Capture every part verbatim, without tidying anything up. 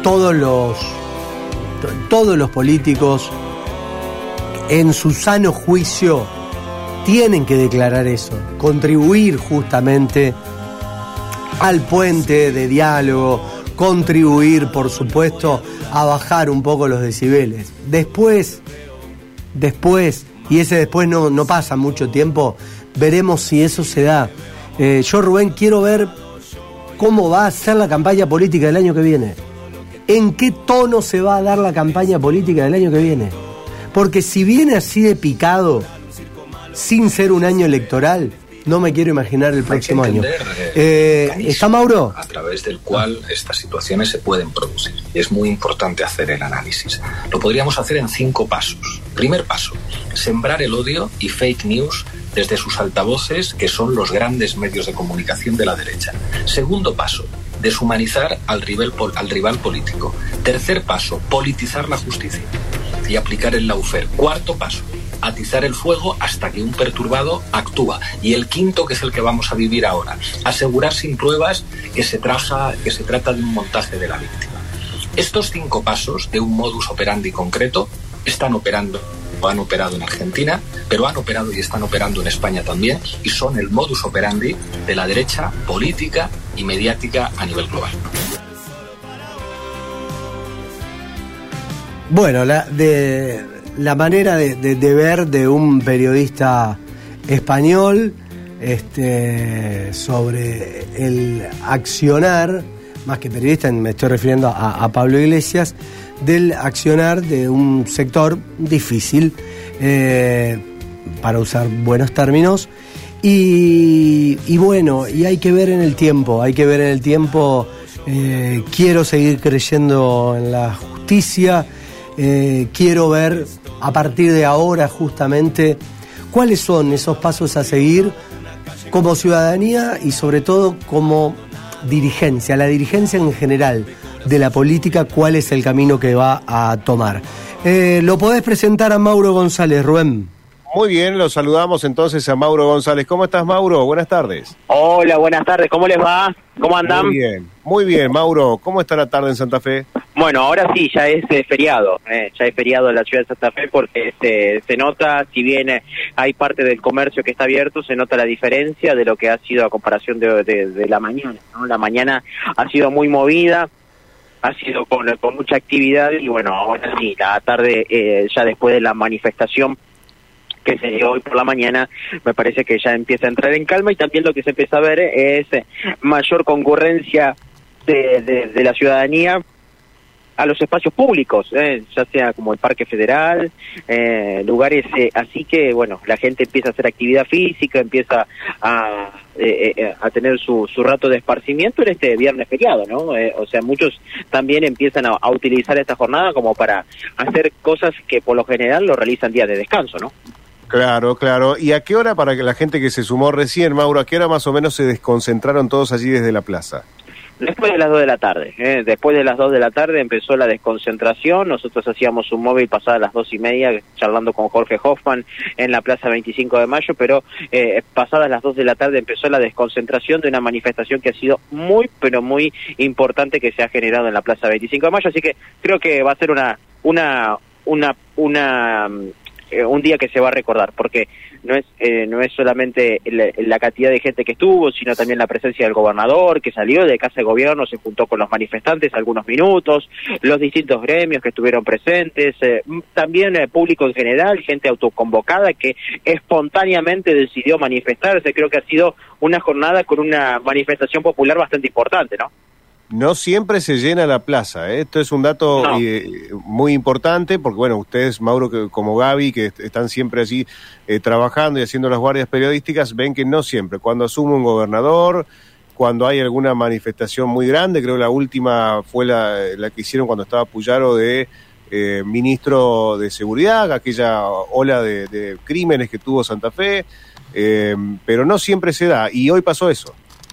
todos los, todos los políticos en su sano juicio tienen que declarar eso, contribuir justamente al puente de diálogo, contribuir, por supuesto, a bajar un poco los decibeles. Después, después, y ese después no, no pasa mucho tiempo, veremos si eso se da. Eh, yo, Rubén, quiero ver cómo va a ser la campaña política del año que viene. ¿En qué tono se va a dar la campaña política del año que viene? Porque si viene así de picado, sin ser un año electoral, no me quiero imaginar el próximo año. Eh, ¿Está Mauro? A través del cual estas situaciones se pueden producir. Y es muy importante hacer el análisis. Lo podríamos hacer en cinco pasos. Primer paso, sembrar el odio y fake news desde sus altavoces, que son los grandes medios de comunicación de la derecha. Segundo paso, deshumanizar al rival, al rival político. Tercer paso, politizar la justicia y aplicar el lawfare. Cuarto paso, atizar el fuego hasta que un perturbado actúa. Y el quinto, que es el que vamos a vivir ahora, asegurar sin pruebas que se, traja, que se trata de un montaje de la víctima. Estos cinco pasos de un modus operandi concreto están operando, o han operado en Argentina, pero han operado y están operando en España también, y son el modus operandi de la derecha política y mediática a nivel global. Bueno, la, de, la manera de, de, de ver de un periodista español este, sobre el accionar, más que periodista, me estoy refiriendo a, a Pablo Iglesias, del accionar de un sector difícil, eh, para usar buenos términos, y, y bueno, y hay que ver en el tiempo, hay que ver en el tiempo, eh, quiero seguir creyendo en la justicia, eh, quiero ver a partir de ahora justamente cuáles son esos pasos a seguir como ciudadanía y sobre todo como dirigencia, la dirigencia en general de la política, cuál es el camino que va a tomar. Eh, ¿Lo podés presentar a Mauro González, Rubén? Muy bien, lo saludamos entonces a Mauro González. ¿Cómo estás, Mauro? Buenas tardes. Hola, buenas tardes. ¿Cómo les va? ¿Cómo andan? Muy bien, muy bien, Mauro. ¿Cómo está la tarde en Santa Fe? Bueno, ahora sí, ya es eh, feriado, eh, ya es feriado en la ciudad de Santa Fe porque se, se nota, si bien eh, hay parte del comercio que está abierto, se nota la diferencia de lo que ha sido a comparación de, de, de la mañana, ¿no? La mañana ha sido muy movida, ha sido con, con mucha actividad y bueno, ahora sí, la tarde, eh, ya después de la manifestación que se dio hoy por la mañana, me parece que ya empieza a entrar en calma y también lo que se empieza a ver es mayor concurrencia de, de, de la ciudadanía a los espacios públicos, eh, ya sea como el Parque Federal, eh, lugares eh, así que, bueno, la gente empieza a hacer actividad física, empieza a, eh, eh, a tener su, su rato de esparcimiento en este viernes feriado, ¿no? Eh, o sea, muchos también empiezan a, a utilizar esta jornada como para hacer cosas que por lo general lo realizan días de descanso, ¿no? Claro, claro. ¿Y a qué hora, para que la gente que se sumó recién, Mauro, a qué hora más o menos se desconcentraron todos allí desde la plaza? Después de las dos de la tarde, ¿eh? Después de las dos de la tarde empezó la desconcentración, nosotros hacíamos un móvil pasadas las dos y media, charlando con Jorge Hoffman en la Plaza veinticinco de mayo, pero eh, pasadas las dos de la tarde empezó la desconcentración de una manifestación que ha sido muy, pero muy importante que se ha generado en la Plaza veinticinco de mayo, así que creo que va a ser una, una, una, una, eh, un día que se va a recordar, porque no es eh, no es solamente la, la cantidad de gente que estuvo, sino también la presencia del gobernador, que salió de Casa de Gobierno, se juntó con los manifestantes algunos minutos, los distintos gremios que estuvieron presentes, eh, también el público en general, gente autoconvocada que espontáneamente decidió manifestarse. Creo que ha sido una jornada con una manifestación popular bastante importante, ¿no? No siempre se llena la plaza, ¿eh? Esto es un dato no. eh, muy importante, porque bueno, ustedes, Mauro, que, como Gaby, que est- están siempre allí eh, trabajando y haciendo las guardias periodísticas, ven que no siempre. Cuando asume un gobernador, cuando hay alguna manifestación muy grande, creo que la última fue la, la que hicieron cuando estaba Puyaro de eh, ministro de Seguridad, aquella ola de, de crímenes que tuvo Santa Fe, eh, pero no siempre se da, y hoy pasó eso.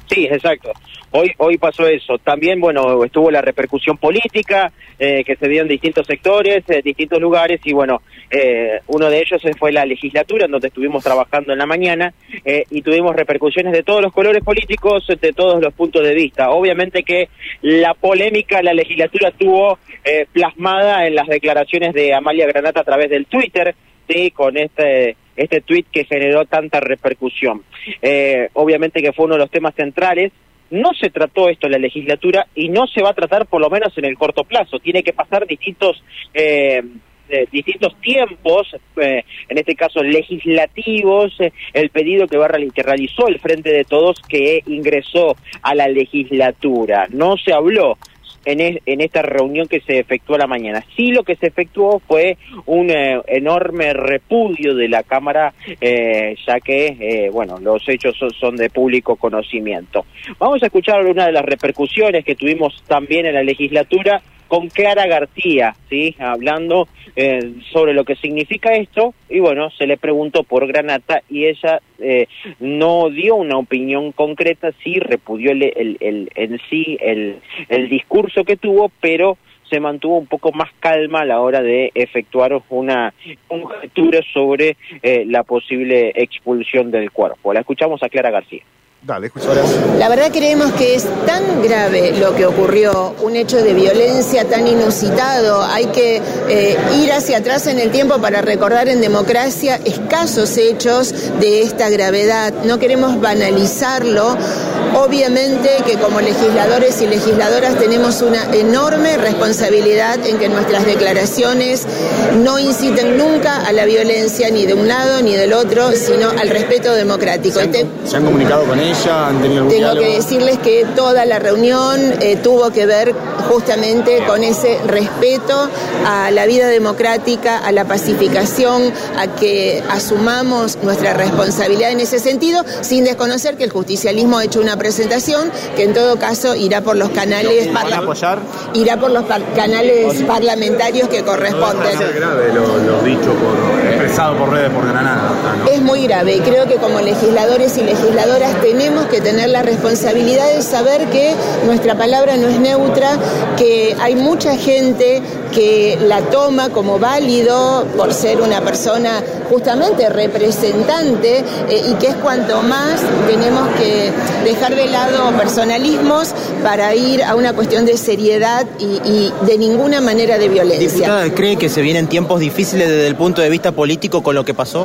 Sí, exacto. Hoy hoy pasó eso. También, bueno, estuvo la repercusión política eh, que se dio en distintos sectores, en distintos lugares, y bueno, eh, uno de ellos fue la legislatura, en donde estuvimos trabajando en la mañana, eh, y tuvimos repercusiones de todos los colores políticos, de todos los puntos de vista. Obviamente que la polémica la legislatura tuvo eh, plasmada en las declaraciones de Amalia Granata a través del Twitter, sí, con este este tuit que generó tanta repercusión. Eh, obviamente que fue uno de los temas centrales. No se trató esto en la legislatura y no se va a tratar por lo menos en el corto plazo. Tiene que pasar distintos eh, eh, distintos tiempos, eh, en este caso legislativos, eh, el pedido que, va a reali- que realizó el Frente de Todos, que ingresó a la legislatura. No se habló En, es, en esta reunión que se efectuó a la mañana. Sí, lo que se efectuó fue un eh, enorme repudio de la Cámara, eh, ya que, eh, bueno, los hechos son, son de público conocimiento. Vamos a escuchar una de las repercusiones que tuvimos también en la legislatura con Clara García, ¿sí? Hablando eh, sobre lo que significa esto, y bueno, se le preguntó por Granata y ella eh, no dio una opinión concreta, sí repudió el, el, el, en sí el, el discurso que tuvo, pero se mantuvo un poco más calma a la hora de efectuar una conjetura sobre eh, la posible expulsión del cuerpo. La escuchamos a Clara García. Dale, escuchamos. La verdad creemos que es tan grave lo que ocurrió, un hecho de violencia tan inusitado. Hay que eh, ir hacia atrás en el tiempo para recordar en democracia escasos hechos de esta gravedad. No queremos banalizarlo. Obviamente que como legisladores y legisladoras tenemos una enorme responsabilidad en que nuestras declaraciones no inciten nunca a la violencia ni de un lado ni del otro, sino al respeto democrático. ¿Se han, Te... ¿se han comunicado con ella? ¿Han tenido algún Tengo diálogo? que decirles que toda la reunión eh, tuvo que ver justamente con ese respeto a la vida democrática, a la pacificación, a que asumamos nuestra responsabilidad en ese sentido, sin desconocer que el justicialismo ha hecho una presentación que en todo caso irá por los canales ¿Van a apoyar? irá por los par- canales parlamentarios que corresponden. Es grave lo, lo dicho por expresado por redes por Granada, ¿no? Es muy grave y creo que como legisladores y legisladoras tenemos que tener la responsabilidad de saber que nuestra palabra no es neutra, que hay mucha gente que la toma como válido por ser una persona justamente representante eh, y que es cuanto más tenemos que dejar de lado personalismos para ir a una cuestión de seriedad y, y de ninguna manera de violencia. Diputada, ¿cree que se vienen tiempos difíciles desde el punto de vista político con lo que pasó?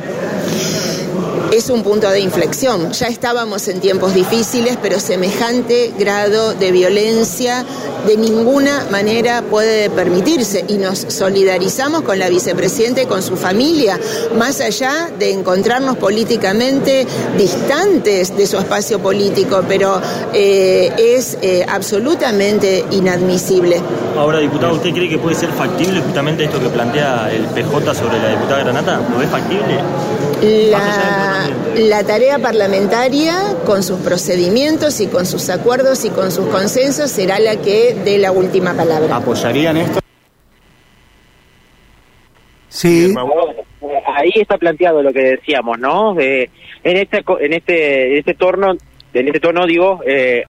Es un punto de inflexión. Ya estábamos en tiempos difíciles, pero semejante grado de violencia de ninguna manera puede permitirse. Y nos solidarizamos con la vicepresidenta y con su familia, más allá de encontrarnos políticamente distantes de su espacio político, pero eh, es eh, absolutamente inadmisible. Ahora, diputada, ¿usted cree que puede ser factible justamente esto que plantea el P J sobre la diputada Granata? ¿Lo es factible? La, la tarea parlamentaria, con sus procedimientos y con sus acuerdos y con sus consensos, será la que dé la última palabra. ¿Apoyarían esto? Sí. Ahí está planteado lo que decíamos, ¿no? Eh, en este en este en este torno en este tono digo, eh,